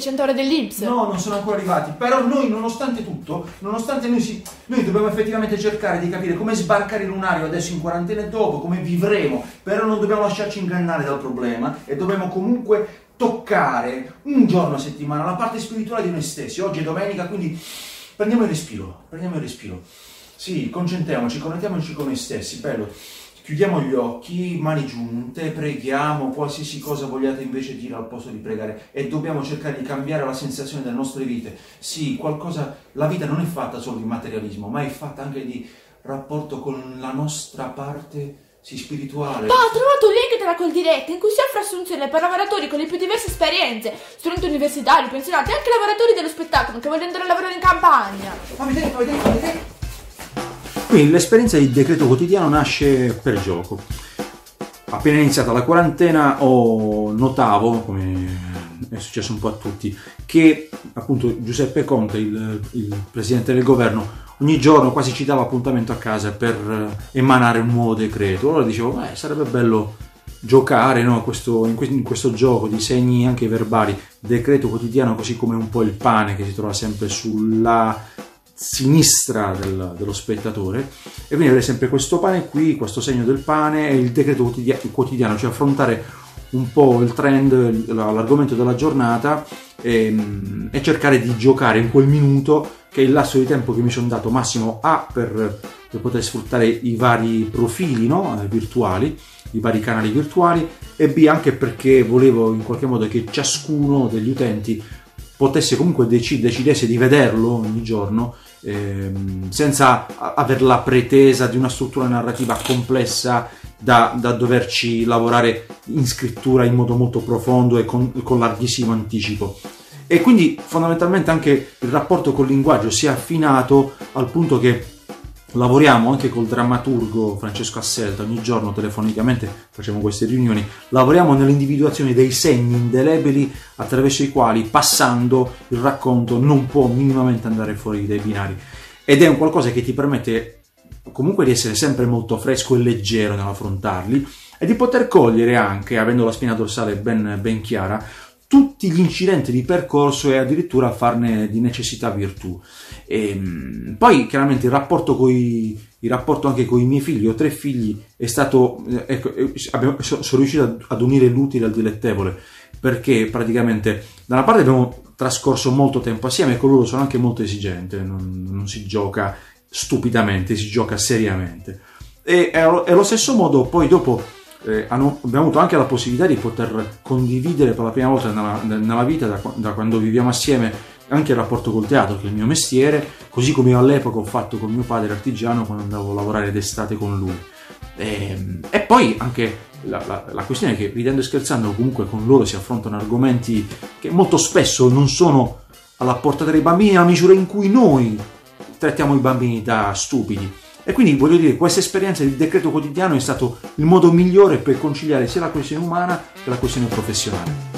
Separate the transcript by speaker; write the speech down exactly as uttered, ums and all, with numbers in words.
Speaker 1: seicento ore dell'I N P S.
Speaker 2: No, non sono ancora arrivati, però noi nonostante tutto, nonostante noi si, noi dobbiamo effettivamente cercare di capire come sbarcare il lunario adesso in quarantena e dopo, come vivremo, però non dobbiamo lasciarci ingannare dal problema e dobbiamo comunque toccare un giorno a settimana la parte spirituale di noi stessi. Oggi è domenica, quindi prendiamo il respiro, prendiamo il respiro. Sì, concentriamoci, connettiamoci con noi stessi, bello. Chiudiamo gli occhi, mani giunte, preghiamo, qualsiasi cosa vogliate invece dire al posto di pregare, e dobbiamo cercare di cambiare la sensazione delle nostre vite. Sì, qualcosa, la vita non è fatta solo di materialismo, ma è fatta anche di rapporto con la nostra parte, sì, spirituale.
Speaker 1: Ma ho trovato un link della Coldiretta in cui si offre assunzione per lavoratori con le più diverse esperienze, studenti universitari, pensionati e anche lavoratori dello spettacolo che vogliono andare a lavorare in campagna.
Speaker 2: Fammi vedere, fammi vedere, fammi vedere. Quindi l'esperienza di decreto quotidiano nasce per gioco. Appena iniziata la quarantena ho notavo, come è successo un po' a tutti, che appunto Giuseppe Conte, il, il presidente del governo, ogni giorno quasi ci dava appuntamento a casa per emanare un nuovo decreto. Allora dicevo, beh, sarebbe bello giocare, no? questo, in, questo, in questo gioco di segni anche verbali, decreto quotidiano, così come un po' il pane che si trova sempre sulla sinistra del, dello spettatore, e quindi avere sempre questo pane qui, questo segno del pane e il decreto quotidiano, quotidiano cioè affrontare un po' il trend, l'argomento della giornata e, e cercare di giocare in quel minuto, che è il lasso di tempo che mi sono dato massimo A per, per poter sfruttare i vari profili, no? virtuali, i vari canali virtuali, e B anche perché volevo in qualche modo che ciascuno degli utenti potesse comunque dec- decidesse di vederlo ogni giorno, ehm, senza aver la pretesa di una struttura narrativa complessa da, da doverci lavorare in scrittura in modo molto profondo e con, con larghissimo anticipo. E quindi fondamentalmente anche il rapporto col linguaggio si è affinato al punto che lavoriamo anche col drammaturgo Francesco Asselta, ogni giorno telefonicamente facciamo queste riunioni, lavoriamo nell'individuazione dei segni indelebili attraverso i quali, passando, il racconto non può minimamente andare fuori dai binari, ed è un qualcosa che ti permette comunque di essere sempre molto fresco e leggero nell'affrontarli e di poter cogliere anche, avendo la spina dorsale ben, ben chiara, tutti gli incidenti di percorso e addirittura farne di necessità virtù. E poi chiaramente il rapporto coi, il rapporto anche con i miei figli, ho tre figli, è stato, ecco, abbiamo, sono riuscito ad unire l'utile al dilettevole, perché praticamente da una parte abbiamo trascorso molto tempo assieme e con loro sono anche molto esigente, non, non si gioca stupidamente, si gioca seriamente, e allo stesso modo poi dopo Eh, hanno, abbiamo avuto anche la possibilità di poter condividere per la prima volta nella, nella vita, da, da quando viviamo assieme, anche il rapporto col teatro, che è il mio mestiere, così come io all'epoca ho fatto con mio padre artigiano quando andavo a lavorare d'estate con lui. E, e poi anche la, la, la questione è che, ridendo e scherzando, comunque con loro si affrontano argomenti che molto spesso non sono alla portata dei bambini nella misura in cui noi trattiamo i bambini da stupidi. E quindi voglio dire, questa esperienza di decreto quotidiano è stato il modo migliore per conciliare sia la questione umana che la questione professionale.